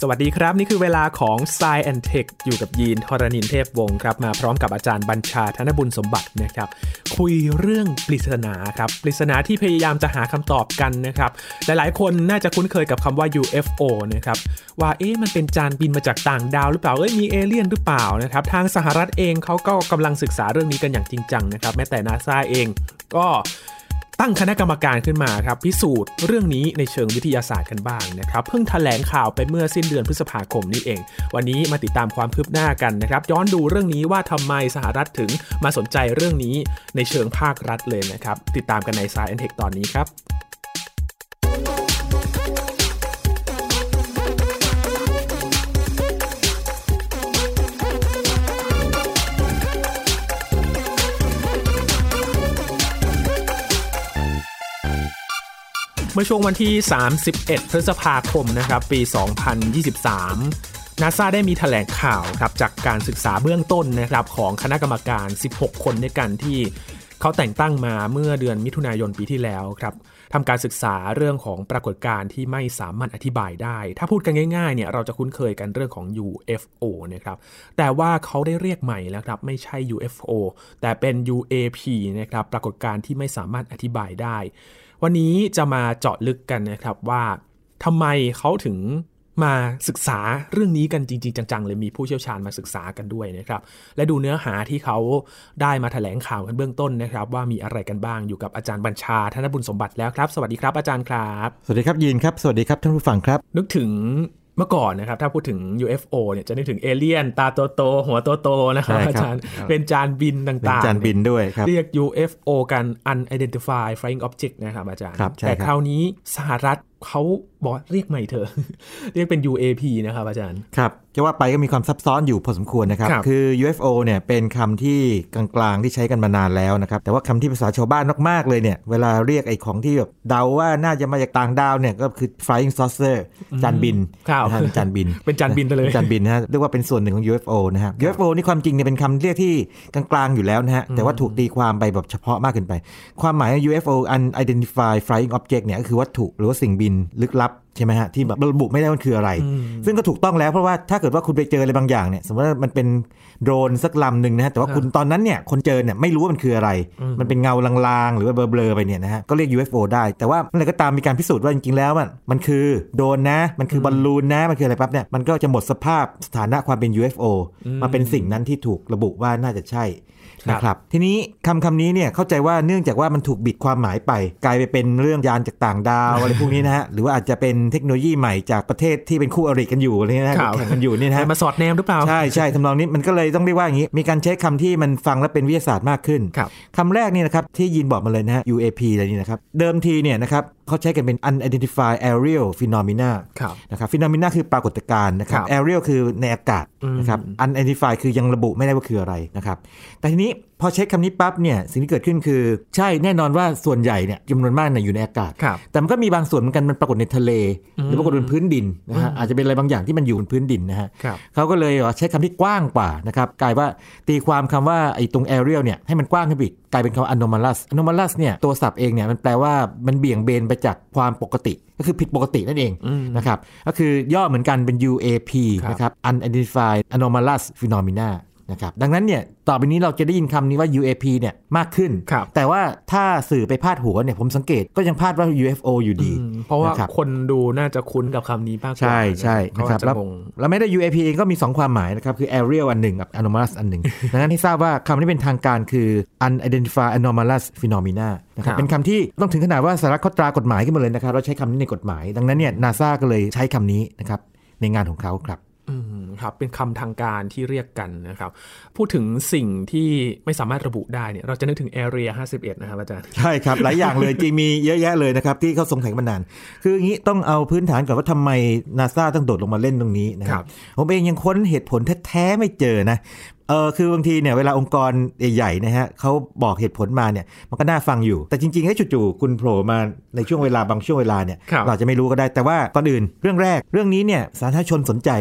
สวัสดีครับนี่คือเวลาของ Science and Tech อยู่กับยีนทรณินเทพวงศ์ครับมาพร้อมกับอาจารย์บัญชาธนบุญสมบัตินะครับคุยเรื่องปริศนาครับปริศนาที่พยายามจะหาคำตอบกันนะครับหลายๆคนน่าจะคุ้นเคยกับคำว่า UFO นะครับว่ามันเป็นจานบินมาจากต่างดาวหรือเปล่ามีเอเลี่ยนหรือเปล่านะครับทางสหรัฐเองเขาก็กำลังศึกษาเรื่องนี้กันอย่างจริงจังนะครับแม้แต่ NASA เองก็ตั้งคณะกรรมการขึ้นมาครับพิสูจน์เรื่องนี้ในเชิงวิทยาศาสตร์กันบ้างนะครับเพิ่งแถลงข่าวไปเมื่อสิ้นเดือนพฤษภาคมนี้เองวันนี้มาติดตามความคืบหน้ากันนะครับย้อนดูเรื่องนี้ว่าทำไมสหรัฐถึงมาสนใจเรื่องนี้ในเชิงภาครัฐเลยนะครับติดตามกันใน Science and Tech ตอนนี้ครับเมื่อช่วงวันที่31พฤษภาคมนะครับปี2023 NASA ได้มีแถลงข่าวครับจากการศึกษาเบื้องต้นนะครับของคณะกรรมการ16คนด้วยกันที่เขาแต่งตั้งมาเมื่อเดือนมิถุนายนปีที่แล้วครับทำการศึกษาเรื่องของปรากฏการณ์ที่ไม่สามารถอธิบายได้ถ้าพูดกันง่ายๆเนี่ยเราจะคุ้นเคยกันเรื่องของ UFO นะครับแต่ว่าเขาได้เรียกใหม่แล้วครับไม่ใช่ UFO แต่เป็น UAP นะครับปรากฏการณ์ที่ไม่สามารถอธิบายได้วันนี้จะมาเจาะลึกกันนะครับว่าทำไมเขาถึงมาศึกษาเรื่องนี้กันจริงๆจังๆเลยมีผู้เชี่ยวชาญมาศึกษากันด้วยนะครับและดูเนื้อหาที่เขาได้มาแถลงข่าวกันเบื้องต้นนะครับว่ามีอะไรกันบ้างอยู่กับอาจารย์บัญชาธนบุญสมบัติแล้วครับสวัสดีครับอาจารย์ครับสวัสดีครับยีนครับสวัสดีครับท่านผู้ฟังครับนึกถึงเมื่อก่อนนะครับถ้าพูดถึง UFO เนี่ยจะนึกถึงเอเลี่ยนตาโตๆหัวโตๆนะครับอาจารย์เป็นจานบินต่างๆจานบินด้วยครับเรียก UFO กัน Unidentified Flying Object นะครับอาจารย์แต่คราวนี้สหรัฐเขาบอกเรียกใหม่เถอะ เรียกเป็น UAP นะครับอาจารย์ครับจะว่าไปก็มีความซับซ้อนอยู่พอสมควรนะครับคือ UFO เนี่ยเป็นคำที่กลางๆที่ใช้กันมานานแล้วนะครับแต่ว่าคำที่ภาษาชาวบ้านมากๆเลยเนี่ยเวลาเรียกไอ้ของที่แบบเดาว่าน่าจะมาจากต่างดาวเนี่ยก็คือ Flying Saucer จานบินจานบินเป็นจานบินไปเลยจานบินนะฮะเรียกว่าเป็นส่วนหนึ่งของ UFO นะฮะ UFO นี่ความจริงเนี่ยเป็นคำเรียกที่กลางๆอยู่แล้วนะฮะแต่ว่าถูกตีความไปแบบเฉพาะมากเกินไปความหมายของ UFO Unidentified Flying Object เนี่ยก็คือวัตถุหรือว่าสิ่งบินลึกลับใช่ไหมฮะที่แบบระบุไม่ได้มันคืออะไรซึ่งก็ถูกต้องแล้วเพราะว่าถ้าเกิดว่าคุณไปเจออะไรบางอย่างเนี่ยสมมติว่ามันเป็นโดรนสักลำหนึ่งนะฮะแต่ว่าคุณตอนนั้นเนี่ยคนเจอเนี่ยไม่รู้ว่ามันคืออะไรมันเป็นเงาลางๆหรือว่าเบลอๆไปเนี่ยนะฮะก็เรียก UFO ได้แต่ว่าเมื่อไหร่ก็ตามมีการพิสูจน์ว่าจริงๆแล้วมันคือโดรนนะมันคือบอลลูนนะมันคืออะไรปั๊บเนี่ยมันก็จะหมดสภาพสถานะความเป็น UFO มาเป็นสิ่งนั้นที่ถูกระบุว่าน่าจะใช่นะครับทีนี้คำนี้เนี่ยเข้าใจว่าเนื่องจากว่ามันถูกบิดความหมายไปกลายไปเป็นเรื่องยานจากต่างดาวอะไรพวกนี้นะฮะหรือว่าอาจจะเป็นเทคโนโลยีใหม่จากประเทศที่เป็นคู่อริกันอยู่อะไรนะฮะแข่งกันอยู่นี่นะฮะมาสอดแนมหรือเปล่าใช่ทำนองนี้มันก็เลยต้องเรียกว่าอย่างนี้มีการใช้คำที่มันฟังแล้วเป็นวิทยาศาสตร์มากขึ้นคำแรกนี่นะครับที่ยินบอกมาเลยนะฮะ UAP อะไรนี่นะครับเดิมทีเนี่ยนะครับเขาใช้กันเป็น Unidentified Aerial Phenomena นะครับ Phenomena คือปรากฏการณ์นะครับ Aerial คือในอากาศนะครับ Unidentified คือยังระบุไม่ได้ว่าคืออะไรนะครับแต่ทีนี้พอใช้คำนี้ปั๊บเนี่ยสิ่งที่เกิดขึ้นคือใช่แน่นอนว่าส่วนใหญ่เนี่ยจำนวนมากอยู่ในอากาศแต่มันก็มีบางส่วนเหมือนกันมันปรากฏในทะเลหรือปรากฏบนพื้นดินนะฮะอาจจะเป็นอะไรบางอย่างที่มันอยู่บนพื้นดินนะฮะเขาก็เลยใช้คำที่กว้างกว่านะครับกลายว่าตีความคำว่าไอ้ตรง aerial เนี่ยให้มันกว้างขึ้นไปอีกกลายเป็นคำว่า anomalous เนี่ยตัวศัพท์เองเนี่ยมันแปลว่ามันเบี่ยงเบนไปจากความปกติก็คือผิดปกตินั่นเองนะครับก็คือย่อเหมือนกันเป็น UAP นะครับ Unidentified Anomalous Phenomena นะครับดังนั้นเนี่ยต่อไปนี้เราจะได้ยินคำนี้ว่า UAP เนี่ยมากขึ้นแต่ว่าถ้าสื่อไปพาดหัวเนี่ยผมสังเกตก็ยังพาดว่า UFO อยู่ดีเพราะว่าคนดูน่าจะคุ้นกับคำนี้มากกว่าใช่นะครับแล้วไม่ได้ UAP เองก็มี2ความหมายนะครับคือ Aerial อันหนึ่งกับ Anomalous อันหนึ่งดังนั้นให้ทราบว่าคำที่เป็นทางการคือ Unidentified Anomalous Phenomena นะครับเป็นคำที่ต้องถึงขนาดว่าสหรัฐเขาตรากฎหมายขึ้นมาเลยนะครับเราใช้คำนี้ในกฎหมายดังนั้นเนี่ย NASA ก็เลยใช้คำนี้นะครับในงานของเขาครับครับเป็นคำทางการที่เรียกกันนะครับพูดถึงสิ่งที่ไม่สามารถระบุได้เนี่ยเราจะนึกถึง Area 51นะครับอาจารย์ใช่ครับหลายอย่างเลยจริงมีเยอะแยะเลยนะครับที่เขาสงสัยมานานคืออย่างนี้ต้องเอาพื้นฐานก่อนว่าทำไม NASA ต้องโดดลงมาเล่นตรงนี้นะครับผมเองยังค้นเหตุผลแท้ๆไม่เจอนะคือบางทีเนี่ยเวลาองค์กรใหญ่ๆนะฮะเขาบอกเหตุผลมาเนี่ยมันก็น่าฟังอยู่แต่จริงๆให้จู่ๆคุณโผล่มาในช่วงเวลาบางช่วงเวลาเนี่ยเราจะไม่รู้ก็ได้แต่ว่าก่อนอื่นเรื่องแรกเรื่องนี้เนี่ยสาธารณชนสนใจ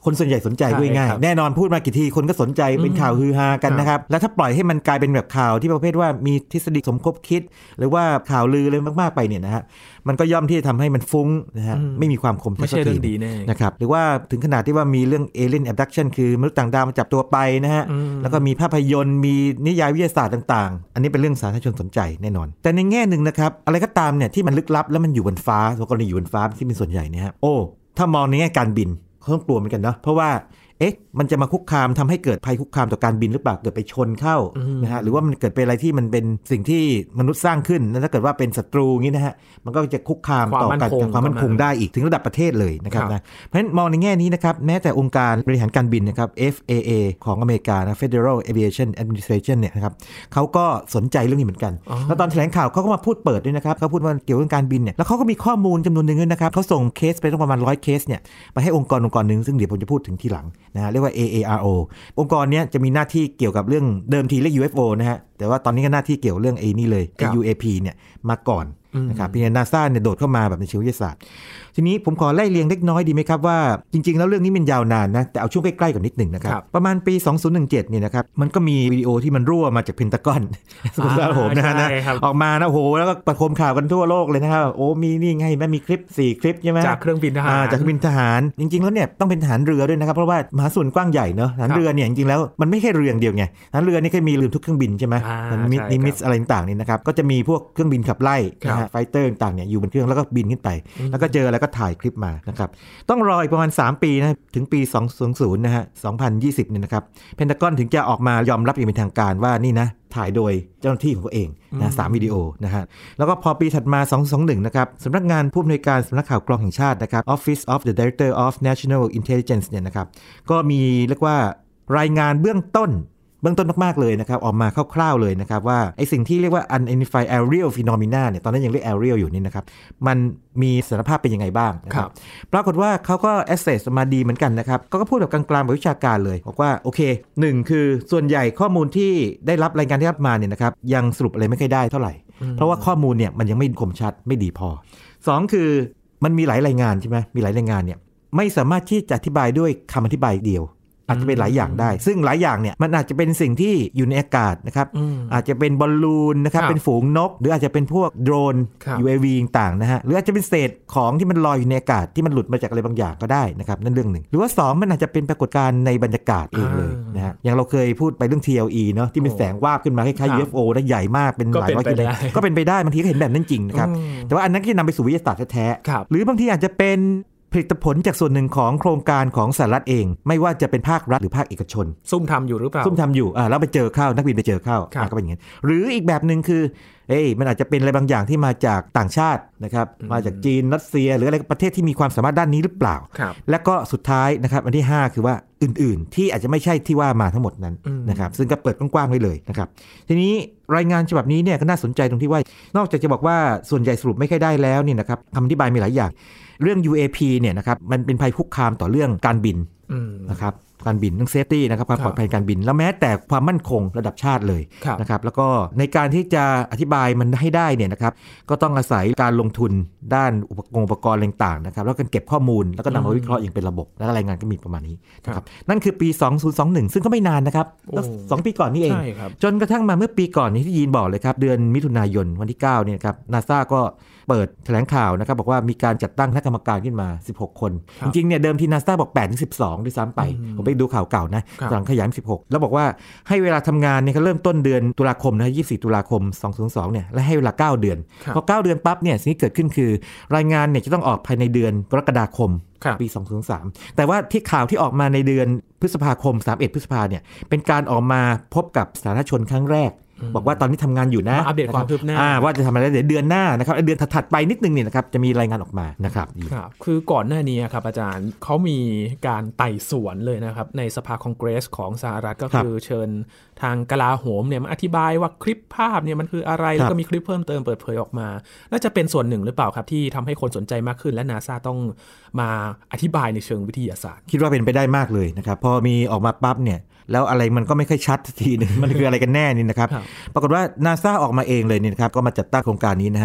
คนส่วนใหญ่สนใจด้วยง่ายแน่นอนพูดมากี่ทีคนก็สนใจเป็นข่าวฮือฮากันนะครับแล้วถ้าปล่อยให้มันกลายเป็นแบบข่าวที่ประเภทว่ามีทฤษฎีสมคบคิดหรือว่าข่าวลืออะไรมากๆไปเนี่ยนะฮะมันก็ย่อมที่จะทำให้มันฟุ้งนะฮะไม่มีความคมชัดเจนนะครับหรือว่าถึงขนาดที่ว่ามีเรื่อง alien abduction คือมนุษย์ต่างดาวมาจับตัวไปนะฮะแล้วก็มีภาพยนตร์มีนิยายวิทยาศาสตร์ต่างๆอันนี้เป็นเรื่องสาธารณชนสนใจแน่นอนแต่ในแง่นึงนะครับอะไรก็ตามเนี่ยที่มันลึกลับแล้วมันอยู่บนฟ้าตัวกรณีอยู่บนฟ้าที่เป็นส่วนใหญ่เนี่ยฮะโอ้ถ้ามองในแง่การบินเขาต้องกลัวเหมือนกันเนาะเพราะว่ามันจะมาคุกคามทำให้เกิดภัยคุกคามต่อการบินหรือเปล่าเกิดไปชนเข้านะฮะหรือว่ามันเกิดเป็นอะไรที่มันเป็นสิ่งที่มนุษย์สร้างขึ้นแล้วถ้าเกิดว่าเป็นศัตรูงี้นะฮะมันก็จะคุกคามต่อการความมั่นคงได้อีกถึงระดับประเทศเลยนะครับนะเพราะฉะนั้นมองในแง่นี้นะครับแม้แต่องค์การบริหารการบินนะครับ FAA ของอเมริกานะ Federal Aviation Administration เนี่ยนะครับเขาก็สนใจเรื่องนี้เหมือนกันแล้วตอนแถลงข่าวเขาก็มาพูดเปิดด้วยนะครับเขาพูดว่าเกี่ยวกับการบินเนี่ยแล้วเขาก็มีข้อมูลจำนวนนึงนะครับเขาส่งเคสไปประมาณ100เคสเนี่ยไปให้องค์กรนึงซึ่งเดี๋ยวผมจะพูดถึงทีหลังนะฮะเรียกว่า AARO องค์กรนี้จะมีหน้าที่เกี่ยวกับเรื่องเดิมทีเรียก UFO นะฮะแต่ว่าตอนนี้ก็หน้าที่เกี่ยวเรื่องนี่เลย UAP เนี่ยมาก่อนนะครับพี่NASA เนี่ยโดดเข้ามาแบบในเชิงวิทยาศาสตร์ทีนี้ผมขอไล่เรียงเล็กน้อยดีไหมครับว่าจริงๆแล้วเรื่องนี้มันยาวนานนะแต่เอาช่วงใกล้ๆก่อนนิดหนึ่งนะครับประมาณปี2017เนี่ยนะครับมันก็มีวิดีโอที่มันรั่วมาจากเพนทากอนสุดยอดโหมนะออกมานะโหแล้วก็ประโคมข่าวกันทั่วโลกเลยนะครับโอ้มีนี่ไงแม่มีคลิป4คลิปใช่ไหมจากเครื่องบินทหารจากเครื่องบินทหารจริงๆแล้วเนี่ยต้องเป็นทหารเรือด้วยนะครับเพราะว่ามหาส่วนกว้างใหญ่เนอะทหารเรือเนี่ยจริงๆแล้วมันไม่แค่เรือเดียวไงทหารเรือนี่ก็มีลืมทุกเครื่องบินใช่ไหมมันมิสอะไรต่างๆนี่นะครับก็จะมีพวกเครื่องบินขับไล่นะฮะไฟเตอร์ต่างๆเนี่ยอยู่บนเครื่องแล้วก็บินขึ้นไปแล้วก็เจออะไรก็ถ่ายคลิปมานะครับต้องรออีกประมาณ3ปีนะถึงปี2020นะฮะ2020เนี่ยนะครับเพนทากอนถึงจะออกมายอมรับอย่างเป็นทางการว่านี่นะถ่ายโดยเจ้าหน้าที่ของตัวเองนะ3วิดีโอนะฮะแล้วก็พอปีถัดมา2021นะครับสำนักงานผู้อำนวยการสำนักข่าวกรองแห่งชาตินะครับ Office of the Director of National Intelligence เนี่ยนะครับก็มีเรียกว่ารายงานเบื้องต้นมากๆเลยนะครับออกมาคร่าวๆเลยนะครับว่าไอสิ่งที่เรียกว่า unidentified aerial phenomena เนี่ยตอนนั้นยังเรียก aerial อยู่นี่นะครับมันมีสารภาพเป็นยังไงบ้างนะครับปรากฏว่าเขาก็ assess มาดีเหมือนกันนะครับก็พูดแบบกลางๆแบบวิชาการเลยบอกว่าโอเค1คือส่วนใหญ่ข้อมูลที่ได้รับรายงานที่รับมาเนี่ยนะครับยังสรุปอะไรไม่ค่อยได้เท่าไหร่เพราะว่าข้อมูลเนี่ยมันยังไม่คมชัดไม่ดีพอ2คือมันมีหลายรายงานใช่ไหมมีหลายรายงานเนี่ยไม่สามารถที่จะอธิบายด้วยคำอธิบายเดียวอาจจะเป็นหลายอย่างได้ซึ่งหลายอย่างเนี่ยมันอาจจะเป็นสิ่งที่อยู่ในอากาศนะครับอาจจะเป็นบอลลูนนะครับเป็นฝูงนกหรืออาจจะเป็นพวกโดรน UAV ต่างๆนะฮะหรืออาจจะเป็นเศษของที่มันลอยอยู่ในอากาศที่มันหลุดมาจากอะไรบางอย่างก็ได้นะครับนั่นเรื่องหนึ่งหรือว่า2มันอาจจะเป็นปรากฏการณ์ในบรรยากาศเองเลยนะฮะอย่างเราเคยพูดไปเรื่อง TLE เนาะที่เป็นแสงวาบขึ้นมาคล้ายๆ UFO และใหญ่มากเป็นหลายร้อยกิโลก็เป็นไปได้บางทีก็เห็นแบบนั้นจริงนะครับแต่ว่าอันนั้นก็นำไปสู่วิทยาศาสตร์แท้ๆหรือบางทีอาจจะเป็นผลิตผลจากส่วนหนึ่งของโครงการของสหรัฐเองไม่ว่าจะเป็นภาครัฐหรือภาคเอกชนซุ่มทำอยู่หรือเปล่าซุ่มทำอยู่แล้วไปเจอเข้านักบินไปเจอเข้าก็เป็นอย่างนี้หรืออีกแบบนึงคือมันอาจจะเป็นอะไรบางอย่างที่มาจากต่างชาตินะครับมาจากจีนรัสเซียหรืออะไรประเทศที่มีความสามารถด้านนี้หรือเปล่าและก็สุดท้ายนะครับอันที่5คือว่าอื่นๆที่อาจจะไม่ใช่ที่ว่ามาทั้งหมดนั้นนะครับซึ่งก็เปิดกว้างๆไว้เลยนะครับทีนี้รายงานฉบับนี้เนี่ยก็น่าสนใจตรงที่ว่านอกจากจะบอกว่าส่วนใหญ่สรุปไม่ค่อยได้แล้วนี่นะครับคำอธิบายมีหลายอย่างเรื่อง UAP เนี่ยนะครับมันเป็นภัยคุกคามต่อเรื่องการบินนะครับการบินเรื่องเซฟตี้นะครับความปลอดภัยการบินแล้วแม้แต่ความมั่นคงระดับชาติเลยนะครับแล้วก็ในการที่จะอธิบายมันให้ได้เนี่ยนะครับก็ต้องอาศัยการลงทุนด้านอุปกรณ์ต่างๆนะครับแล้วการเก็บข้อมูลแล้วก็นำมาวิเคราะห์อย่างเป็นระบบและรายงานก็มีประมาณนี้นะครับนั่นคือปี2021ซึ่งก็ไม่นานนะครับ2 ปีก่อนนี่เองจนกระทั่งมาเมื่อปีก่อนนี้ที่ยีนบอกเลยครับเดือนมิถุนายนวันที่9เนี่ยครับ NASA ก็เปิดแถลงข่าวนะครับบอกว่ามีการจัดตั้งคณะกรรมการขึ้นมา16คนจริงๆเนี่ยเดิมที่ NASA บอก8ถึง12ด้วยซ้ำไปผมไปดูข่าวเก่านะหลังขยาย16แล้วบอกว่าให้เวลาทำงานเนี่ยเขาเริ่มต้นเดือนตุลาคมนะ24ตุลาคม2022เนี่ยและให้เวลา9เดือนพอ9เดือนปั๊บเนี่ยสิ่งที่เกิดขึ้นคือรายงานเนี่ยจะต้องออกภายในเดือนกรกฎาคมปี2023แต่ว่าที่ข่าวที่ออกมาในเดือนพฤษภาคม31พฤษภาเนี่ยเป็นการออกมาพบกับสาธารณชนครั้งแรกบอกว่าตอนนี้ทำงานอยู่นะอัปเดตความคืบหน้าว่าจะทำอะไรเดือนหน้านะครับเดือนถัดไปนิดนึงเนี่ยนะครับจะมีรายงานออกมานะครับคือก่อนหน้านี้ครับอาจารย์เขามีการไต่สวนเลยนะครับในสภาคองเกรสของสหรัฐก็คือเชิญทางกลาโหมเนี่ยมาอธิบายว่าคลิปภาพเนี่ยมันคืออะไรแล้วก็มีคลิปเพิ่มเติมเปิดเผยออกมาน่าจะเป็นส่วนหนึ่งหรือเปล่าครับที่ทำให้คนสนใจมากขึ้นและ NASA ต้องมาอธิบายในเชิงวิทยาศาสตร์คิดว่าเป็นไปได้มากเลยนะครับพอมีออกมาปั๊บเนี่ยแล้วอะไรมันก็ไม่ค่อยชัดทีนึงมันคืออะไรกันแน่นี่นะครับปรากฏว่า NASA ออกมาเองเลยนี่นะครับก็มาจัดตั้งโครงการนี้นะฮะ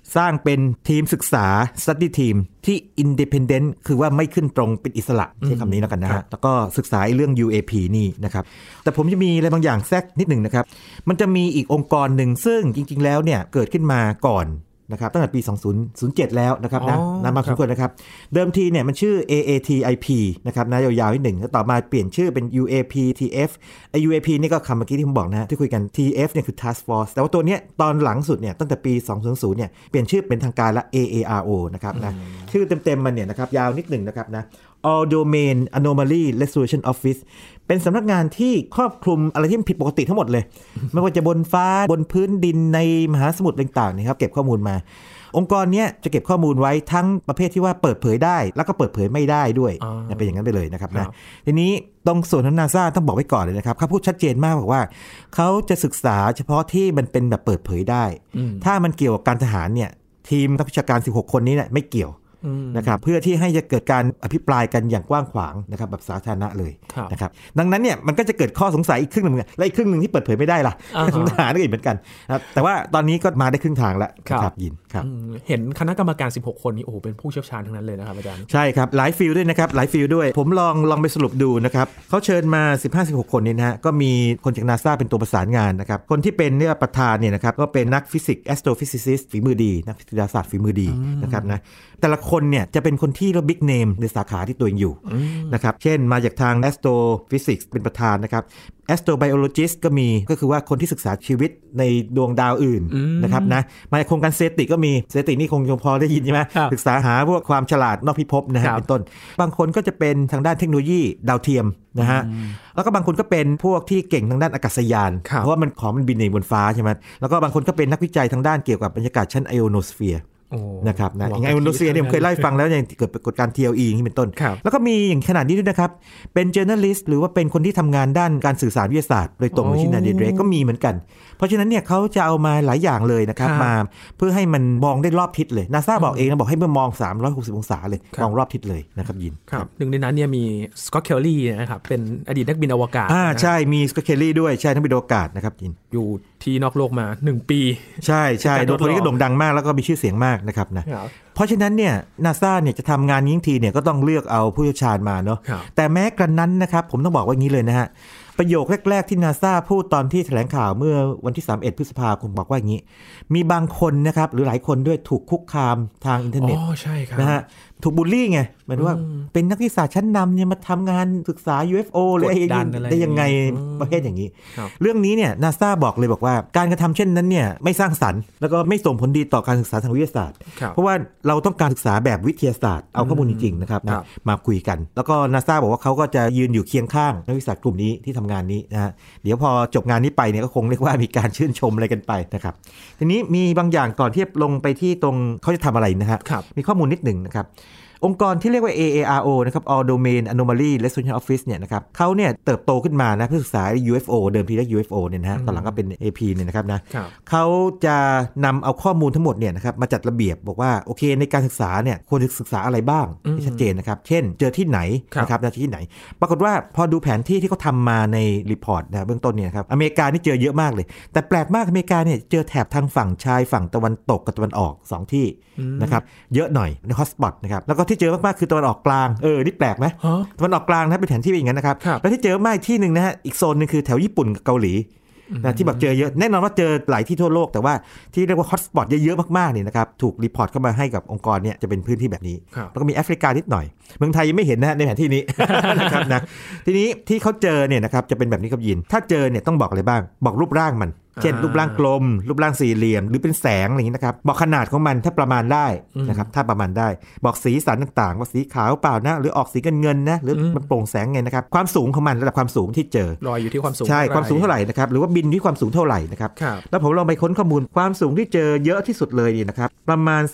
สร้างเป็นทีมศึกษา study team ที่ independent คือว่าไม่ขึ้นตรงเป็นอิสระใช้คำนี้แล้วกันนะฮะแล้วก็ศึกษาเรื่อง UAP นี่นะครับแต่ผมจะมีอะไรบางอย่างแทรกนิดหนึ่งนะครับมันจะมีอีกองค์กรหนึ่งซึ่งจริงๆแล้วเนี่ยเกิดขึ้นมาก่อนนะครับตั้งแต่ปี 2007 แล้วนะครับนะมาสมควรนะครับเดิมทีเนี่ยมันชื่อ AATIP นะครับนะยาวๆนิดหนึ่งแล้วต่อมาเปลี่ยนชื่อเป็น UAPTF ไอ้ UAP นี่ก็คำเมื่อกี้ที่ผมบอกนะที่คุยกัน TF เนี่ยคือ Task Force แต่ว่าตัวเนี้ยตอนหลังสุดเนี่ยตั้งแต่ปี 2000 เนี่ยเปลี่ยนชื่อเป็นทางการละ AARO นะครับนะชื่อเต็มๆมันเนี่ยนะครับยาวนิดหนึ่งนะครับนะ All Domain Anomaly Resolution Office เป็นสำนักงานที่ครอบคลุมอะไรที่ผิดปกติทั้งหมดเลย ไม่ว่าจะบนฟ้าบนพื้นดินในมหาสมุทรต่างๆนะครับเก็บข้อมูลมาองค์กรนี้จะเก็บข้อมูลไว้ทั้งประเภทที่ว่าเปิดเผยได้แล้วก็เปิดเผยไม่ได้ด้วยเป็นอย่างนั้นไปเลยนะครับนะทีนี้ตรงส่วนของ NASA ต้องบอกไว้ก่อนเลยนะครับเขาพูดชัดเจนมากบอกว่าเขาจะศึกษาเฉพาะที่มันเป็นแบบเปิดเผยได้ถ้ามันเกี่ยวกับการทหารเนี่ยทีมนักวิชาการ16คนนี้เนี่ยไม่เกี่ยวนะครับเพื่อที่ให้จะเกิดการอภิปรายกันอย่างกว้างขวางนะครับแบบสาธารณะเลยนะครับดังนั้นเนี่ยมันก็จะเกิดข้อสงสัยอีกครึ่งนึงและอีกครึ่งนึงที่เปิดเผยไม่ได้ล่ะสงสัยอีกเหมือนกันนะแต่ว่าตอนนี้ก็มาได้ครึ่งทางแล้วครับยินครับเห็นคณะกรรมการ16คนนี้โอ้โหเป็นผู้เชี่ยวชาญทั้งนั้นเลยนะครับอาจารย์ใช่ครับหลายฟิลด้วยนะครับหลายฟิลด้วยผมลองไปสรุปดูนะครับเขาเชิญมา 15-16 คนนี้นะฮะก็มีคนจาก NASA เป็นตัวประสานงานนะครับคนที่เป็นเนี่ยประธานเนี่ยนะครับก็เป็นนักฟิสิกส์ astrophysicist ฝีมือดีนักวิทยาศาสตร์ฝีมือดีนะครับนะแต่ละคนเนี่ยจะเป็นคนที่เราบิ๊กเนมในสาขาที่ตัวเองอยู่นะครับเช่นมาจากทาง astrophysics เป็นประธานนะครับ astrobiologist ก็มีก็คือว่าคนที่ศึกษาชีวิตในดวงดาวอื่นนะครับนะมาจากโครงการเซติก็มีเซตินี่คงพอได้ยินใช่ไหมศึกษาหาพวกความฉลาดนอกพิภพนะฮะเป็นต้นบางคนก็จะเป็นทางด้านเทคโนโลยีดาวเทียมนะฮะแล้วก็บางคนก็เป็นพวกที่เก่งทางด้านอากาศยานเพราะว่ามันของมันบินในบนฟ้าใช่ไหมแล้วก็บางคนก็เป็นนักวิจัยทางด้านเกี่ยวกับบรรยากาศชั้นไอโอโนสเฟียร์นะครับนะอย่างไอโอโนสเฟียร์เนี่ยผมเคยเล่าให้ฟังแล้วอย่างเกิดปรากฏการณ์ TLE นี่เป็นต้นแล้วก็มีอย่างขนาดนี้ด้วยนะครับเป็น journalist หรือว่าเป็นคนที่ทำงานด้านการสื่อสารวิทยาศาสตร์โดยตรงโดยที่นาดีเดรกก็มีเหมือนกันเพราะฉะนั้นเนี่ยเขาจะเอามาหลายอย่างเลยนะครับมาเพื่อให้มันมองได้รอบทิศเลย NASA บอกเองนะบอกให้เมื่อมอง360องศาเลยมองรอบทิศเลยนะครับยินหนึ่งในนั้นเนี่ยมีสกอตต์เคลลี่นะครับเป็นอดีตนักบินอวกาศใช่มีสกอตต์เคลลี่ด้วยใช่นักบินอวกาศนะครับยินอยู่ที่นอกโลกมา1ปีใช่ใช่โดยคนนี้ก็โด่งดังมากแล้วก็มีชื่อเสียงมากนะครับนะเพราะฉะนั้นเนี่ย NASA เนี่ยจะทำงานนี้ทีเนี่ยก็ต้องเลือกเอาผู้เชี่ยวชาญมาเนาะแต่แม้กระนั้นนะครับผมต้องบอกว่าอย่างนี้เลยนะฮะประโยคแรกๆที่ NASA พูดตอนที่แถลงข่าวเมื่อวันที่31พฤษภาคมบอกว่าอย่างนี้มีบางคนนะครับหรือหลายคนด้วยถูกคุกคามทางอินเทอร์เน็ตใช่ครับนะฮะถูกบูลลี่ไงหมายถึงว่าเป็นนักวิชาชั้นนำเนี่ยมาทำงานศึกษา UFO เลยได้ยังไงประเภทอย่างนี้เรื่องนี้เนี่ย NASA บอกเลยบอกว่าการกระทำเช่นนั้นเนี่ยไม่สร้างสรรค์แล้วก็ไม่ส่งผลดีต่อการศึกษาทางวิทยาศาสตร์เพราะว่าเราต้องการศึกษาแบบวิทยาศาสตร์เอาข้อมูลจริงๆนะครับนะมาคุยกันแล้วก็ NASA บอกว่าเขาก็จะยืนอยู่เคียงข้างนักวิทยาศาสตร์กลุ่มนี้ที่ทำงานนี้นะฮะเดี๋ยวพอจบงานนี้ไปเนี่ยก็คงเรียกว่ามีการชื่นชมอะไรกันไปนะครับทีนี้มีบางอย่างก่อนที่ลงไปที่ตรงเขาจะทำอะไรนะครับมีข้อมูลนิดหนึ่งนะครับองค์กรที่เรียกว่า AARO นะครับ All Domain Anomaly Resolution Office เนี่ยนะครับเขาเนี่ยเติบโตขึ้นมานะเพื่อศึกษา UFO เดิมทีเรียก UFO เนี่ยนะฮะตอนหลังก็เป็น AP เนี่ยนะครับนะเขาจะนำเอาข้อมูลทั้งหมดเนี่ยนะครับมาจัดระเบียบบอกว่าโอเคในการศึกษาเนี่ยควรจะศึกษาอะไรบ้างที่ชัดเจนนะครับเช่นเจอที่ไหนนะครับที่ไหนปรากฏว่าพอดูแผนที่ที่เขาทำมาในรีพอร์ตนะเบื้องต้นเนี่ยครับอเมริกานี่เจอเยอะมากเลยแต่แปลกมากอเมริกาเนี่ยเจอแถบทางฝั่งชายฝั่งตะวันตกกับตะวันออก2ที่นะครับเยอะหน่อยในฮอตสปอตนะครับแล้วก็ที่เจอมากๆคือตะวันออกกลางนี่แปลกไหมตะวันออกกลางนะเป็นแผนที่เป็นอย่างนั้นนะครับแล้วที่เจอมากที่นึงนะฮะอีกโซนนึงคือแถวญี่ปุ่นกับเกาหลีนะที่แบบเจอเยอะแน่นอนว่าเจอหลายที่ทั่วโลกแต่ว่าที่เรียกว่าฮอตสปอตเยอะๆมากๆเนี่ยนะครับถูกรีพอร์ตเข้ามาให้กับองค์กรเนี่ยจะเป็นพื้นที่แบบนี้แล้วก็มีแอฟริกานิดหน่อยเมืองไทยยังไม่เห็นนะในแผนที่นี้ นะครับนะทีนี้ที่เขาเจอเนี่ยนะครับจะเป็นแบบนี้ครับยินถ้าเจอเนี่ยต้องบอกอะไรบ้างบอกรูปร่างมันเช่นรูปร่างกลมรูปร่างสี่เหลี่ยมหรือเป็นแสงอะไรอย่างนี้นะครับบอกขนาดของมันถ้าประมาณได้นะครับถ้าประมาณได้บอกสีสันต่างๆว่าสีขาวเปล่านะหรือออกสีเงินนะหรือมันโปร่งแสงไงนะครับความสูงของมันระดับความสูงที่เจอลอยอยู่ที่ความสูงใช่ความสูงเท่าไหร่นะครับหรือว่าบินที่ความสูงเท่าไหร่นะครับแล้วผมลองไปค้นข้อมูลความสูงที่เจอเยอะที่สุดเลยนี่นะครับประมาณสัก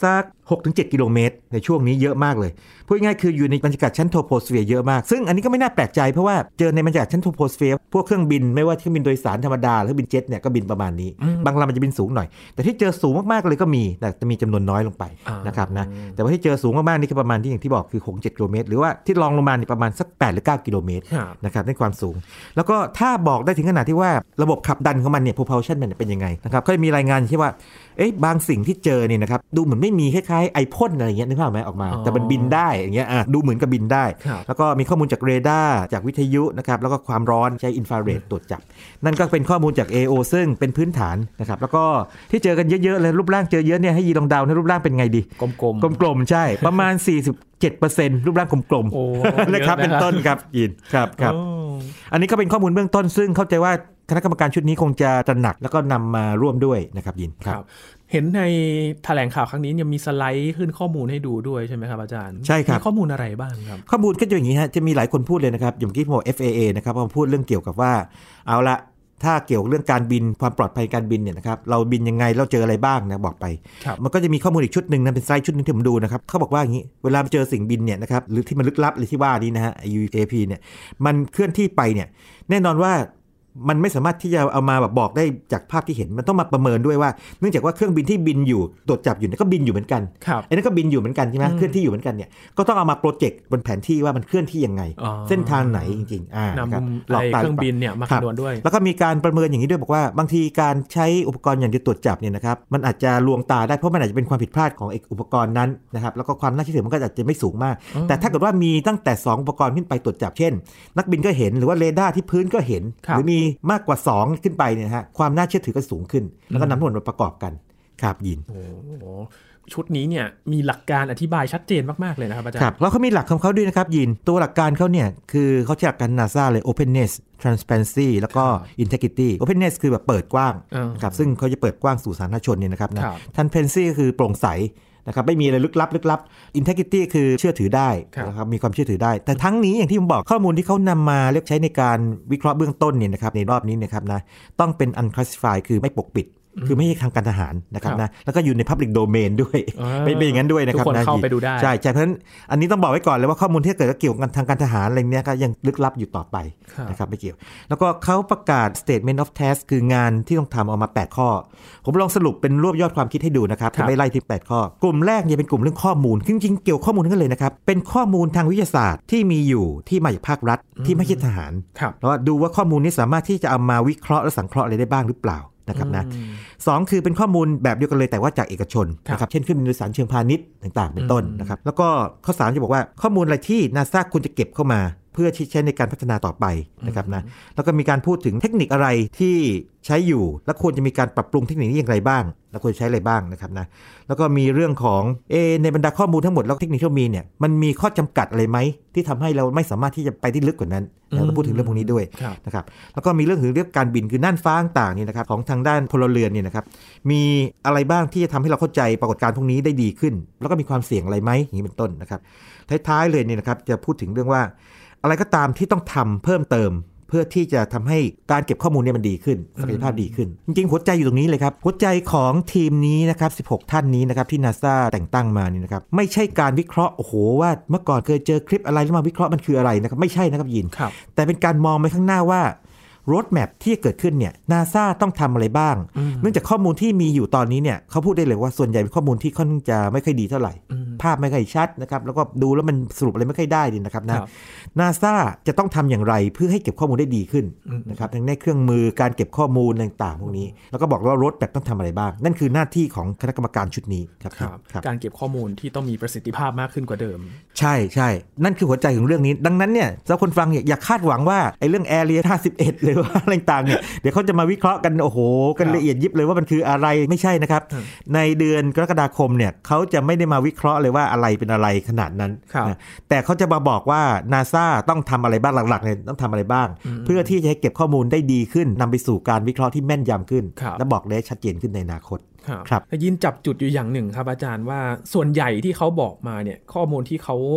6-7 กิโลเมตรในช่วงนี้เยอะมากเลยพูดง่ายๆคืออยู่ในบรรยากาศชั้นโทรโพสเฟียร์เยอะมากซึ่งอันนี้ก็ไม่น่าแปลกใจเพราะว่าเจอในบรรยากาศชั้นโทรโพสเฟียร์พวกเครื่องบินไม่ว่าเครื่องบินโดยสารธรรมดาหรือเครื่องบินเจ็ตเนี่ยก็บินประมาณนี้บางลำมันจะบินสูงหน่อยแต่ที่เจอสูงมากๆเลยก็มีแต่จะมีจำนวนน้อยลงไปนะครับนะแต่ว่าที่เจอสูงมากๆนี่คือประมาณที่อย่างที่บอกคือ 6-7 กิโลเมตรหรือว่าที่รองลงมานี่ประมาณสัก8 หรือ 9 กิโลเมตรนะครับในความสูงแล้วก็ถ้าบอกได้ถึงขนาดที่ว่าระบบขับดันของมันเนี่ย propulsion มันเป็นยังไงนะครับก็มีรายงานที่ว่าบางสิ่งที่เจอเนี่ยนะครับดูเหมือนไม่มีคล้ายๆไอพ่นอะไรอย่างเงี้ยนึกภาพไหมออกมาแต่มันบินได้อย่างเงี้ยดูเหมือนกับบินได้แล้วก็มีข้อมูลจากเรดาร์จากวิทยุนะครับแล้วก็ความร้อนใช้อินฟราเรดตรวจจับนั่นก็เป็นข้อมูลจาก AO ซึ่งเป็นพื้นฐานนะครับแล้วก็ที่เจอกันเยอะๆเลยรูปร่างเจอเยอะเนี่ยให้ยีลองเดาในรูปร่างเป็นไงดีกลมๆใช่ประมาณ 47% รูปร่างกลมๆนะครับเป็นต้นครับยินครับอันนี้ก็เป็นข้อมูลเบื้องต้นซึ่งเข้าใจว่าคณะกรรมการชุดนี้คงจะตระหนักแล้วก็นำมาร่วมด้วยนะครับยินครับเห็นในแถลงข่าวครั้งนี้ยังมีสไลด์ขึ้นข้อมูลให้ดูด้วยใช่ไหมครับอาจารย์ใช่ครับมีข้อมูลอะไรบ้างครับข้อมูลก็จะอย่างนี้ฮะจะมีหลายคนพูดเลยนะครับอย่างที่ผม FAA นะครับมาพูดเรื่องเกี่ยวกับว่าเอาละถ้าเกี่ยวกับเรื่องการบินความปลอดภัยการบินเนี่ยนะครับเราบินยังไงเราเจออะไรบ้างนะบอกไปมันก็จะมีข้อมูลอีกชุดนึงนะเป็นไซต์ชุดนึงที่ผมดูนะครับเขาบอกว่าอย่างนี้เวลาเจอสิ่งบินเนี่ยนะครับหรือที่มันลึกลับหรือที่ว่านี้นะฮะ UAP เนี่ยมันเคลื่อนที่ไปเนี่ยแน่นอนว่ามันไม่สามารถที่จะเอามาแบบบอกได้จากภาพที่เห็นมันต้องมาประเมินด้วยว่าเนื่องจากว่าเครื่องบินที่บินอยู่ตรวจจับอยู่เนี่ยก็บินอยู่เหมือนกันไอ้นั่นก็บินอยู่เหมือนกันใช่ไหมเคลื่อนที่อยู่เหมือนกันเนี่ยก็ต้องเอามาโปรเจกต์บนแผนที่ว่ามันเคลื่อนที่ยังไงเส้นทางไหนจริงๆนำเครื่องบินเนี่ยมาคำนวณด้วยแล้วก็มีการประเมินอย่างนี้ด้วยบอกว่าบางทีการใช้อุปกรณ์อย่างที่ตรวจจับเนี่ยนะครับมันอาจจะลวงตาได้เพราะมันอาจจะเป็นความผิดพลาดของอุปกรณ์นั้นนะครับแล้วก็ความน่าเชื่อถือมันก็อาจจะไม่สูงมากแต่ถ้าเกิดว่ามีตั้งแต่2อุปกรณ์ขึ้นไปตรวจจับเช่นนักบินก็เห็นหรือว่าเรดาร์ที่พื้นก็เห็นหรือมีมากกว่า2ขึ้นไปเนี่ยฮะความน่าเชื่อถือก็สูงขึ้นแล้วก็นำทั้งหมดมาประกอบกันครับยินชุดนี้เนี่ยมีหลักการอธิบายชัดเจนมากๆเลยนะครับอาจารย์ครับแล้วเขามีหลักของเขาด้วยนะครับยินตัวหลักการเขาเนี่ยคือเขาใช้หลักการ NASA เลย openness transparency แล้วก็ integrity openness คือแบบเปิดกว้างครับซึ่งเขาจะเปิดกว้างสู่สาธารณชนเนี่ยนะครับนะ transparency ก็คือโปร่งใสนะครับไม่มีอะไรลึกลับ integrity คือเชื่อถือได้นะครับมีความเชื่อถือได้แต่ทั้งนี้อย่างที่ผมบอกข้อมูลที่เขานำมาเลือกใช้ในการวิเคราะห์เบื้องต้นเนี่ยนะครับในรอบนี้นะครับนะต้องเป็น unclassified คือไม่ปกปิดคือไม่ใช่ทางการทหารนะครับนะแล้วก็อยู่ใน public domain ด้วยเป็นอย่างนั้นด้วยนะครับทุกคนเข้าไปดูได้ใช่เพราะฉะนั้นอันนี้ต้องบอกไว้ก่อนเลยว่าข้อมูลที่เกิดเกี่ยวกับทางการทหารอะไรเนี้ยก็ยังลึกลับอยู่ต่อไปนะครับไม่เกี่ยวแล้วก็เขาประกาศ statement of task คืองานที่ต้องทำออกมา8ข้อผมลองสรุปเป็นรวบยอดความคิดให้ดูนะครับจะไม่ไล่ที่8ข้อกลุ่มแรกเนี่ยเป็นกลุ่มเรื่องข้อมูลจริงๆเกี่ยวข้อมูลกันเลยนะครับเป็นข้อมูลทางวิทยาศาสตร์ที่มีอยู่ที่มาจากภาครัฐที่ไม่ใช่ทหารแล้วดูว่าข้อมูลนี้สามารถที่จะเอามาวิเคราะห์และสังเคราะห์อะไรได้บ้างหรือเปล่านะครับนะ2คือเป็นข้อมูลแบบเดียวกันเลยแต่ว่าจากเอกชนนะครับเช่นเครื่องบินโดยสารเชิงพาณิชย์ต่างๆเป็นต้นนะครับแล้วก็ข้อ3จะบอกว่าข้อมูลอะไรที่ NASA ควรจะเก็บเข้ามาเพื่อใช้ในการพัฒนาต่อไปนะครับนะแล้วก็มีการพูดถึงเทคนิคอะไรที่ใช้อยู่และควรจะมีการปรับปรุงเทคนิคนี้อย่างไรบ้างและควรใช้อะไรบ้างนะครับนะแล้วก็มีเรื่องของในบรรดาข้อมูลทั้งหมดแล้วเทคนิคที่มีเนี่ยมันมีข้อจำกัดอะไรไหมที่ทำให้เราไม่สามารถที่จะไปที่ลึกกว่านั้นแล้วก็พูดถึงเรื่องพวกนี้ด้วยนะครับแล้วก็มีเรื่องการบินคือน่านฟ้าต่างๆนี่นะครับของทางด้านพลเรือนเนี่ยนะครับมีอะไรบ้างที่จะทำให้เราเข้าใจปรากฏการณ์พวกนี้ได้ดีขึ้นแล้วก็มีความเสี่ยงอะไรไหมอย่างนี้เป็นต้นนะครับท้ายๆเลยเนี่ยนะครับจะพูดถึงเรื่องว่าอะไรก็ตามที่ต้องทำเพิ่มเติมเพื่อที่จะทำให้การเก็บข้อมูลเนี่ยมันดีขึ้นศักยภาพดีขึ้นจริงๆหัวใจอยู่ตรงนี้เลยครับหัวใจของทีมนี้นะครับ16ท่านนี้นะครับที่ NASA แต่งตั้งมานี่นะครับไม่ใช่การวิเคราะห์โอ้โหว่าเมื่อก่อนเคยเจอคลิปอะไรแล้วมาวิเคราะห์มันคืออะไรนะครับไม่ใช่นะครับยินแต่เป็นการมองไปข้างหน้าว่า road map ที่เกิดขึ้นเนี่ย NASA ต้องทำอะไรบ้างเนื่องจากข้อมูลที่มีอยู่ตอนนี้เนี่ยเขาพูดได้เลยว่าส่วนใหญ่เป็นข้อมูลที่ค่อนข้างจะไม่ค่อยดีเท่าไหร่ภาพไม่ค่อยชัดนะครับแล้วก็ดูแล้วมันสรุปอะไรไม่ค่อยได้ดีนะครับนะ NASA จะต้องทำอย่างไรเพื่อให้เก็บข้อมูลได้ดีขึ้นนะครับทั้งในเครื่องมือการเก็บข้อมูลต่างๆพวกนี้แล้วก็บอกว่า road map ต้องทำอะไรบ้างนั่นคือหน้าที่ของคณะกรรมการชุดนี้ครับการเก็บข้อมูลที่ต้องมีประสิทธิภาพมากขึ้นกว่าเดิมใช่นั่นคือหัวใจของเรื่องนี้ดังนั้นเนี่ยเจ้าคนฟังอย่าคาดหวังว่าไอ้เรื่อง Area 51หรือว่าอะไรต่างๆเนี่ยเดี๋ยวเขาจะมาวิเคราะห์กันโอ้โหกันละเอียดยิบเลยว่ามันคืออะไรไม่ใช่นะครับในเดือนกรกฎาคมเนี่ยเขาจะไม่ได้มาวิเคราะห์เลยว่าอะไรเป็นอะไรขนาดนั้นนะแต่เขาจะมาบอกว่า NASA ต้องทำอะไรบ้างหลักๆเนี่ยต้องทำอะไรบ้างเพื่อที่จะให้เก็บข้อมูลได้ดีขึ้นนำไปสู่การวิเคราะห์ที่แม่นยำขึ้นและบอกได้ชัดเจนขึ้นในอนาคตครับยินจับจุดอยู่อย่างหนึ่งครับอาจารย์ว่าส่วนใหญ่ที่เขาบอกมาเนี่ยข้อมูลที่เขา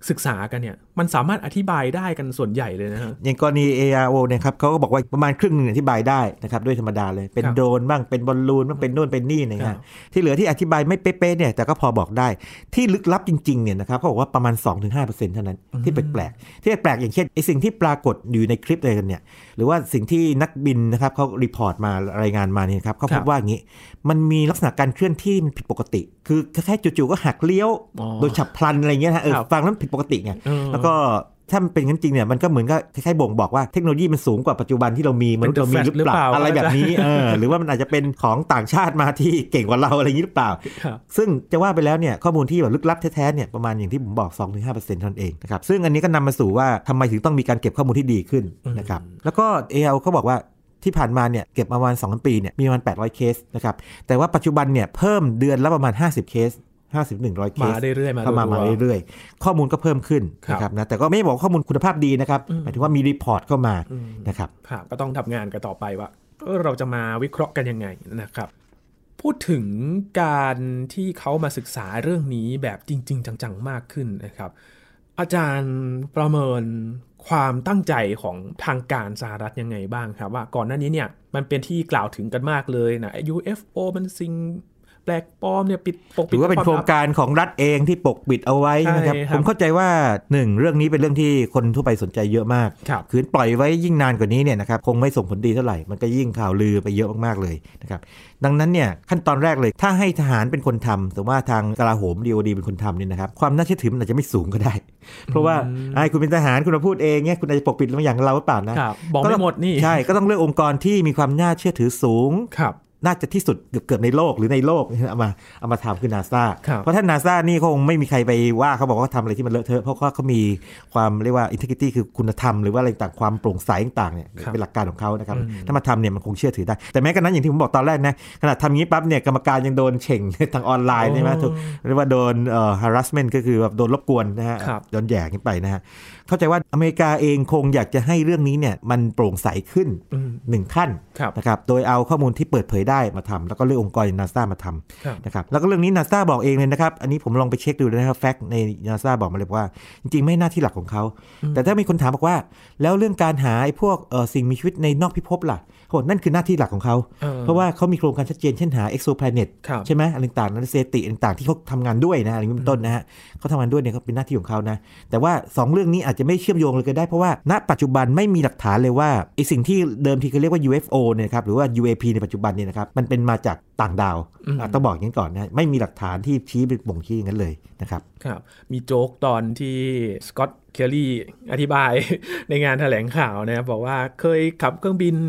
ศึกษากันเนี่ยมันสามารถอธิบายได้กันส่วนใหญ่เลยนะฮะอย่างกรณี ARO เนี่ยครับเขาก็บอกว่าประมาณครึ่งนึงอธิบายได้นะครับด้วยธรรมดาเลยเป็นโดรนบ้างเป็นบอลลูนบ้างเป็นโน่นเป็นนี่นะฮะที่เหลือที่อธิบายไม่เป๊ะๆเนี่ยแต่ก็พอบอกได้ที่ลึกลับจริงๆเนี่ยนะครับเขาบอกว่าประมาณ 2-5% เท่านั้นที่แปลกๆที่แปลกอย่างเช่นไอ้สิ่งที่ปรากฏอยู่ในคลิปอะไรกันเนี่ยหรือว่าสิ่งที่นักบินนะครับเขารีพอร์ตมารายงานมาเนี่ยครับเขาพบว่าอย่างนี้มันมีลักษณะการเคลื่อนที่มันผิดปกติคือแค่จู่ๆก็หักเลี้ยวโดยฉับพลันอะไรเงี้ยฮะฟังแล้วผิดปกติไงแล้วก็ถ้ามันเป็นงั้นจริงเนี่ยมันก็เหมือนกับคล้ายๆบ่งบอกว่าเทคโนโลยีมันสูงกว่าปัจจุบันที่เรามีมันเรามีหรือเปล่าอะไรแบบนี้หรือว่ามันอาจจะเป็นของต่างชาติมาที่เก่งกว่าเราอะไรอย่างนี้หรือเปล่าซึ่งจะว่าไปแล้วเนี่ยข้อมูลที่แบบลึกลับแท้ๆเนี่ยประมาณอย่างที่ผมบอก 2-5% เท่านั้นเองนะครับซึ่งอันนี้ก็นำมาสู่ว่าทำไมถึงต้องมีการเก็บข้อมูลที่ดีขึ้นนะครับแล้วก็ AL เขาบอกว่าที่ผ่านมาเนี่ยเก็บประมาณ2 ปีเนี่ยมีประมาณ800เคสนะครับแต่ว่าปัจจุบันเนี่ยเพิ่มเดือนละประมาณ50เคส50-100 เคสมาเรื่อยๆมาเรื่อยๆข้อมูลก็เพิ่มขึ้นนะครับนะแต่ก็ไม่บอกข้อมูลคุณภาพดีนะครับหมายถึงว่ามีรีพอร์ตเข้ามานะครับก็ต้องทำงานกันต่อไปว่าเราจะมาวิเคราะห์กันยังไงนะครับพูดถึงการที่เขามาศึกษาเรื่องนี้แบบจริงๆจังๆมากขึ้นนะครับอาจารย์ประเมินความตั้งใจของทางการสหรัฐยังไงบ้างครับว่าก่อนหน้านี้เนี่ยมันเป็นที่กล่าวถึงกันมากเลยนะ UFO มันสิ่งแปลกปลอมเนี่ยปิดปกปิดหรือว่าเป็นโครงการของรัฐเองที่ปกปิดเอาไว้นะครับผมเข้าใจว่า1เรื่องนี้เป็นเรื่องที่คนทั่วไปสนใจเยอะมากคือปล่อยไว้ยิ่งนานกว่านี้เนี่ยนะครับคงไม่ส่งผลดีเท่าไหร่มันก็ยิ่งข่าวลือไปเยอะมากๆเลยนะครับดังนั้นเนี่ยขั้นตอนแรกเลยถ้าให้ทหารเป็นคนทำแต่ว่าทางกลาโหม DOD เป็นคนทำเนี่ยนะครับความน่าเชื่อถือมันอาจจะไม่สูงก็ได้เพราะว่าคุณเป็นทหารคุณมาพูดเองเนี่ยคุณอาจจะปกปิดบางอย่างเราหรือเปล่านะบอกไม่หมดนี่ใช่ก็ต้องเลือกองค์กรที่มีความน่าเชื่อถือสูงน่าจะที่สุดเกือบในโลกหรือในโลกเอามาทำคือ NASA เพราะถ้า NASA นี่คงไม่มีใครไปว่าเขาบอกว่าทำอะไรที่มันเลอะเทอะเพราะเขามีความเรียกว่า integrity คือคุณธรรมหรือว่าอะไรต่างความโปร่งใสต่างเนี่ยเป็นหลักการของเขานะครับถ้ามาทำเนี่ยมันคงเชื่อถือได้แต่แม้กระนั้นอย่างที่ผมบอกตอนแรกนะขนาดทำงี้ปั๊บเนี่ยกรรมการยังโดนเฉ่งทางออนไลน์ใช่ไหมเรียกว่าโดนharassment ก็คือแบบโดนรบกวนนะฮะโดนแย่ขึ้นไปนะฮะเข้าใจว่าอเมริกาเองคงอยากจะให้เรื่องนี้เนี่ยมันโปร่งใสขึ้น1ขั้นนะครับโดยเอาข้อมูลที่เปิดเผยได้มาทำแล้วก็เลือกองค์กรอย่าง NASA มาทำนะครับแล้วก็เรื่องนี้ NASA บอกเองเลยนะครับอันนี้ผมลองไปเช็คดูนะครับแฟกต์ใน NASA บอกมาเลยว่าจริงๆไม่หน้าที่หลักของเขาแต่ถ้ามีคนถามบอกว่าแล้วเรื่องการหาไอ้พวกสิ่งมีชีวิตในนอกพิภพล่ะโหนั่นคือหน้าที่หลักของเขาเพราะว่าเขามีโครงการชัดเจนเช่นหา exoplanet ใช่ไหมอะไรต่างๆนั้นเซติต่างๆที่เขาทำงานด้วยนะอะไรเป็นต้นนะฮะเขาทำงานด้วยเนี่ยเขาเป็นหน้าที่ของเขานะแต่ว่า2เรื่องนี้อาจจะไม่เชื่อมโยงเลยก็ได้เพราะว่าณปัจจุบันไม่มีหลักฐานเลยว่าไอ้สิ่งที่เดิมทีเขาเรียกว่า UFO เนี่ยครับหรือว่า UAP ในปัจจุบันเนี่ยนะครับมันเป็นมาจากต่างดาวต้องบอกอย่างนี้ก่อนนะไม่มีหลักฐานที่ชี้เป็นบ่งชี้อย่างนั้นเลยนะครับครับมีโจ๊กตอนที่สกอตต์เคลลี่อธิบายในงานแถลงข่าวนะครับบอกว่าเคยขับเครื่องบิน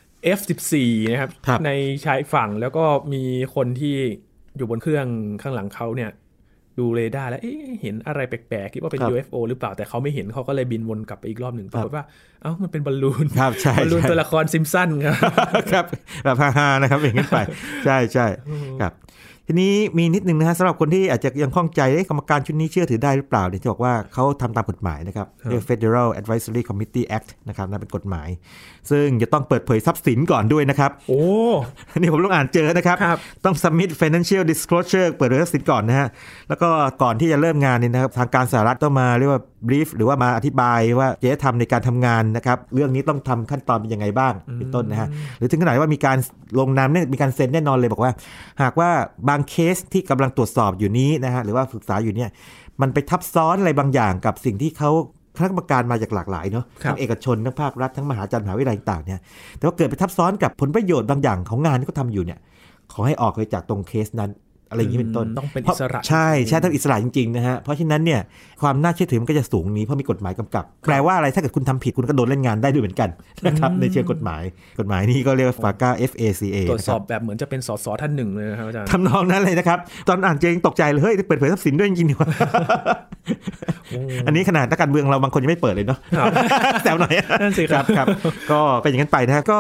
F14 นะครับในชายฝั่งแล้วก็มีคนที่อยู่บนเครื่องข้างหลังเขาเนี่ยดูเรดาร์แล้วเห็นอะไรแปลกๆคิดว่าเป็น UFO หรือเปล่าแต่เขาไม่เห็นเขาก็เลยบินวนกลับไปอีกรอบหนึ่งปรากฏว่ามันเป็นบอลลูนบอลลูนตัวละครซิมสันครับแบบฮาๆนะครับอย่างนี้ไปใช่ๆครับทีนี้มีนิดนึงนะฮะสำหรับคนที่อาจจะยังข้องใจกรรมการชุดนี้เชื่อถือได้หรือเปล่าเนี่ยจะบอกว่าเขาทำตามกฎหมายนะครับเรียก Federal Advisory Committee Act นะครับนั่นเป็นกฎหมายซึ่งจะต้องเปิดเผยทรัพย์สินก่อนด้วยนะครับโอ้นี่ผมต้องอ่านเจอนะครับต้อง submit financial disclosure เปิดเผยทรัพย์สินก่อนนะฮะแล้วก็ก่อนที่จะเริ่มงานเนี่ยนะครับทางการสหรัฐต้องมาเรียกว่า brief หรือว่ามาอธิบายว่าจะทำในการทำงานนะครับเรื่องนี้ต้องทำขั้นตอนเป็นยังไงบ้างเป็นต้นนะฮะหรือถึงขนาดว่ามีการลงนามเนี่ยมีการเซ็นแน่นอนเลยบอกว่าหากว่าบางเคสที่กำลังตรวจสอบอยู่นี้นะฮะหรือว่าศึกษาอยู่เนี่ยมันไปทับซ้อนอะไรบางอย่างกับสิ่งที่เขาคณะกรรมการมาจากหลากหลายเนาะทั้งเอกชนทั้งภาครัฐทั้งมหาวิทยาลัยต่างๆเนี่ยแต่ว่าเกิดไปทับซ้อนกับผลประโยชน์บางอย่างของงานที่เขาทำอยู่เนี่ยขอให้ออกไปจากตรงเคสนั้นอะไรอย่างนี้เป็นต้นต้องเป็นอิสระใช่ต้องอิสระจริงๆนะฮะเพราะฉะนั้นเนี่ยความน่าเชื่อถือมันก็จะสูงนี้เพราะมีกฎหมายกำกับแปลว่าอะไรถ้าเกิดคุณทำผิดคุณก็โดนเล่นงานได้ด้วยเหมือนกันนะครับในเชิงกฎหมายนี้ก็เรียกว่า FACA ตรวจสอบแบบเหมือนจะเป็นสสท่านหนึ่งเลยนะครับอาจารย์ทำนองนั้นเลยนะครับตอนอ่านเจงตกใจเลยเฮ้ยเปิดเผยทรัพย์สินด้วยจริงๆว่ะอันนี้ขนาดนักการเมืองเราบางคนยังไม่เปิดเลยเนาะแซวหน่อยนั่นสิครับก็เป็นอย่างนั้นไปนะฮะก็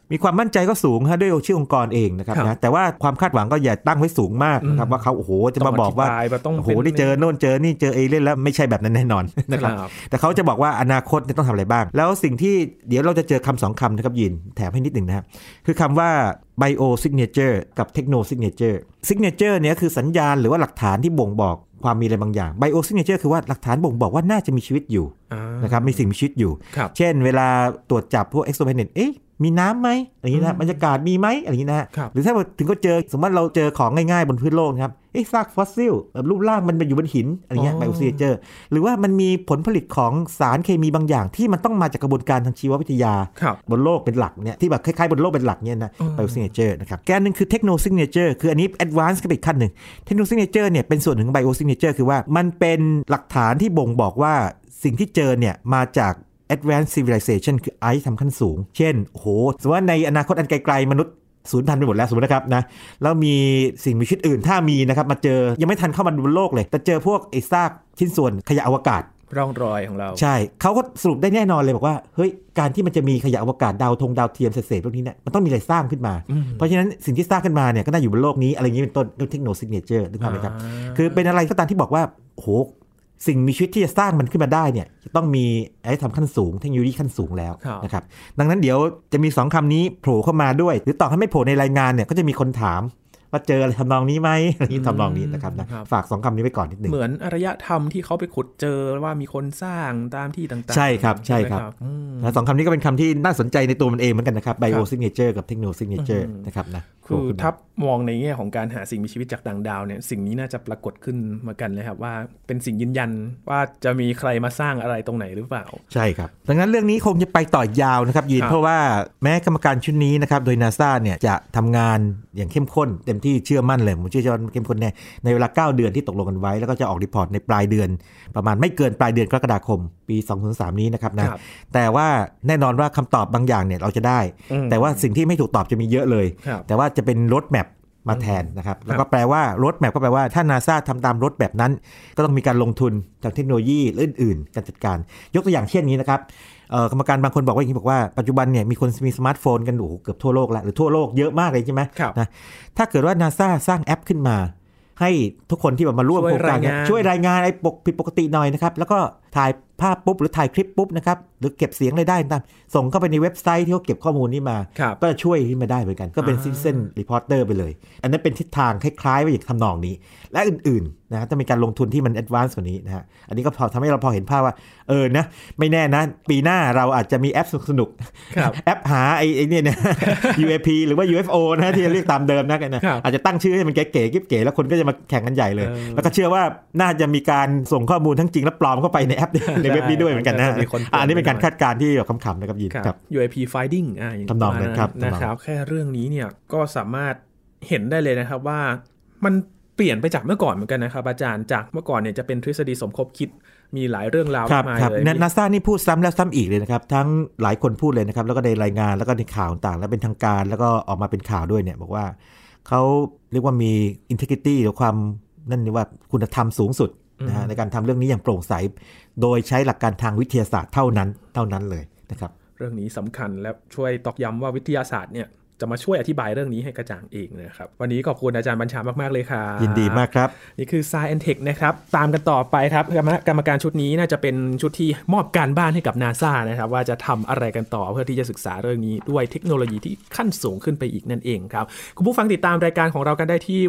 มีความมั่นใจก็สูงฮะด้วยชื่อองค์กรเองนะครับนะแต่ว่าความคาดหวังก็อย่าตั้งไว้สูงมากนะครับว่าเขาโอ้โหจะมาบอกว่าโอ้โหได้เจอโน่นเจอนี่เจอเอเลี่ยนแล้วไม่ใช่แบบนั้นแน่นอนนะครับแต่เขาจะบอกว่าอนาคตต้องทำอะไรบ้างแล้วสิ่งที่เดี๋ยวเราจะเจอคำ2คำนะครับยินแถมให้นิดหนึ่งนะครับคือคำว่า bio signature กับ techno signature signature เนี่ยคือสัญญาณหรือว่าหลักฐานที่บ่งบอกความมีอะไรบางอย่าง bio signature คือว่าหลักฐานบ่งบอกว่าน่าจะมีชีวิตอยู่นะครับมีสิ่งมีชีวิตอยู่เช่นเวลาตรวจจับพวก exoplanet มีน้ำไหมอย่างนี้นะบรรยากาศมีไหมอย่างนี้นะหรือถ้าถึงก็เจอสมมติเราเจอของง่ายๆบนพื้นโลกนะครับซากฟอสซิลรูปร่างมันอยู่บนหินอะไรเงี้ยไบโอซิกเนเจอร์หรือว่ามันมีผลผลิตของสารเคมีบางอย่างที่มันต้องมาจากกระบวนการทางชีววิทยาบนโลกเป็นหลักเนี่ยที่แบบคล้ายๆบนโลกเป็นหลักเนี่ยนะไบโอซิกเนเจอร์นะครับแกนนึงคือเทคโนซิกเนเจอร์คืออันนี้แอดวานซ์ขึ้นไปอีกขั้นนึงเทคโนซิกเนเจอร์เนี่ยเป็นส่วนหนึ่งของไบโอซิกเนเจอร์คือว่ามันเป็นหลักฐานที่บ่งบอกว่าสิ่งที่เจอเนี่ยมาจากAdvanced Civilization คือไอซ์ทำขั้นสูงเช่นโอ้โหสมมติว่าในอนาคตอันไกลๆมนุษย์สูญพันธุ์ไปหมดแล้วสมมตินะครับนะแล้วมีสิ่งมีชีวิตอื่นถ้ามีนะครับมาเจอยังไม่ทันเข้ามาบนโลกเลยแต่เจอพวกไอ้ซากชิ้นส่วนขยะอวกาศร่องรอยของเราใช่เขาก็สรุปได้แน่นอนเลยบอกว่าเฮ้ยการที่มันจะมีขยะอวกาศดาวเทียมเศษพวกนี้เนี่ยมันต้องมีอะไรสร้างขึ้นมาเพราะฉะนั้นสิ่งที่สร้างขึ้นมาเนี่ยก็น่าอยู่บนโลกนี้อะไรอย่างนี้เป็นต้นเทคโนซิกเนเจอร์นึกภาพไหมครับคือเป็นอะไรก็ตามที่บอกว่าโอ้โหสิ่งมีชีวิตที่จะสร้างมันขึ้นมาได้เนี่ยจะต้องมีไอ้ทำขั้นสูงเทคโนโลยีขั้นสูงแล้วนะครับดังนั้นเดี๋ยวจะมี2คำนี้โผล่เข้ามาด้วยหรือต่อให้ไม่โผล่ในรายงานเนี่ยก็จะมีคนถามว่าเจออะไรทำนองนี้ไหมอะไรนี้ทำนองนี้นะครับนะฝาก2คำนี้ไว้ก่อนนิดนึงเหมือนอารยธรรมที่เขาไปขุดเจอว่ามีคนสร้างตามที่ต่างๆใช่ครับใช่ครับแล้ว2คำนี้ก็เป็นคำที่น่าสนใจในตัวมันเองเหมือนกันนะครับ bio signature กับ techno signature นะครับนะคือถ้ามองในแง่ของการหาสิ่งมีชีวิตจากต่างดาวเนี่ยสิ่งนี้น่าจะปรากฏขึ้นเหมือนกันเลยครับว่าเป็นสิ่งยืนยันว่าจะมีใครมาสร้างอะไรตรงไหนหรือเปล่าใช่ครับดังนั้นเรื่องนี้คงจะไปต่อยาวนะครับยินเพราะว่าแม้กรรมการชุดนี้นะครับโดย NASA เนี่ยจะทำงานอย่างเข้มข้นเต็มที่เชื่อมั่นเลยผมเชื่อว่าเข้มข้นในเวลา9เดือนที่ตกลงกันไว้แล้วก็จะออกรีพอร์ตในปลายเดือนประมาณไม่เกินปลายเดือนกรกฎาคมปี2023นี้นะครับนะแต่ว่าแน่นอนว่าคำตอบบางอย่างเนี่ยเราจะได้แต่ว่าสิ่งที่ไม่ถูกตอบจะมีเยอะเลยแต่ว่าจะเป็นโรดแมปมาแทนนะครับแล้วก็แปลว่าโรดแมปก็แปลว่าถ้า NASA ทำตามโรดแมปนั้นก็ต้องมีการลงทุนทางเทคโนโลยีอื่นๆการจัดการยกตัวอย่างเช่นนี้นะครับกรรมการบางคนบอกว่าอย่างนี้บอกว่าปัจจุบันเนี่ยมีคนมีสมาร์ทโฟนกันโอ้โหเกือบทั่วโลกแล้วหรือทั่วโลกเยอะมากเลยใช่ไหมนะถ้าเกิดว่า NASA สร้างแอปขึ้นมาให้ทุกคนที่แบบมาร่วมโครงการช่วยรายงานไอ้ผิดปกติหน่อยนะครับแล้วก็ถ่ายภาพปุ๊บหรือถ่ายคลิปปุ๊บนะครับหรือเก็บเสียงอะไรได้ตามส่งเข้าไปในเว็บไซต์ที่เขาเก็บข้อมูลนี้มาก็จะช่วยขึ้นมาได้เหมือนกันก็เป็น Citizen Reporter ไปเลยอันนั้นเป็นทิศทางคล้ายๆว่าอย่างทำนองนี้และอื่นๆนะต้องมีการลงทุนที่มัน advance กว่านี้นะฮะอันนี้ก็พอทำให้เราพอเห็นภาพว่านะไม่แน่นะปีหน้าเราอาจจะมีแอปสนุกแอปหาไอ้เนี่ยนะ UAP หรือว่า UFO นะที่เรียกตามเดิมนะอาจจะตั้งชื่อให้มันเก๋ๆกิ๊บเก๋แล้วคนก็จะมาแข่งกันใหญ่เลยแล้วก็เชื่อว่าน่าจะมีการส่งข้อมูลทั้งจริงและปลอมเข้าไปในแอปในเว็บนี้ด้วยเหมือนกันนะอันนี้เป็นการคาดการณ์ที่แบบขำๆนะครับยินครับ UAP finding ทำนองนั้นครับนะครับแค่เรื่องนี้เนี่ยก็สามารถเห็นได้เลยนะครับว่ามันเปลี่ยนไปจากเมื่อก่อนเหมือนกันนะครับอาจารย์จากเมื่อก่อนเนี่ยจะเป็นทฤษฎีสมคบคิดมีหลายเรื่องราวมาเลย NASA นี่พูดซ้ำแล้วซ้ำอีกเลยนะครับทั้งหลายคนพูดเลยนะครับแล้วก็ในรายงานแล้วก็ในข่าวต่างๆแล้วเป็นทางการแล้วก็ออกมาเป็นข่าวด้วยเนี่ยบอกว่าเขาเรียกว่ามี integrity หรือความนั่นนี่ว่าคุณธรรมสูงสุดนะฮะในการทำเรื่องนี้อย่างโปร่งใสโดยใช้หลักการทางวิทยาศาสตร์เท่านั้นเลยนะครับเรื่องนี้สำคัญและช่วยตอกย้ำว่าวิทยาศาสตร์เนี่ยจะมาช่วยอธิบายเรื่องนี้ให้กระจ่างเองนะครับวันนี้ขอบคุณอาจารย์บัญชามากๆเลยครับยินดีมากครับนี่คือ Science Tech นะครับตามกันต่อไปครับกรรมการชุดนี้น่าจะเป็นชุดที่มอบการบ้านให้กับ NASA นะครับว่าจะทำอะไรกันต่อเพื่อที่จะศึกษาเรื่องนี้ด้วยเทคโนโลยีที่ขั้นสูงขึ้นไปอีกนั่นเองครับคุณผู้ฟังติดตามรายการของเรากันได้ที่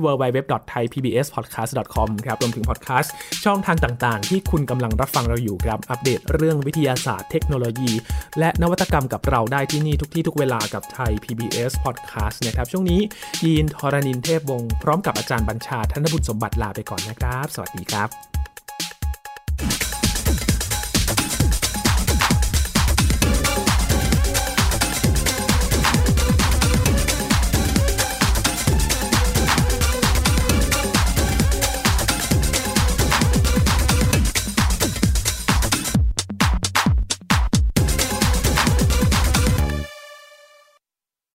www.thaipbspodcast.com ครับรวมถึงพอดแคสต์ช่องทางต่างๆที่คุณกำลังรับฟังเราอยู่ครับอัปเดตเรื่องวิทยาศาสตร์เทคโนโลยีและนวัตกรรมกับเราได้ที่นี่ทุกที่ทุกเวลากับ Thai PBS Podcast นะครับช่วงนี้ยีน ธรณินทร์เทพวงศ์พร้อมกับอาจารย์บัญชา ธนบุญสมบัติลาไปก่อนนะครับสวัสดีครับ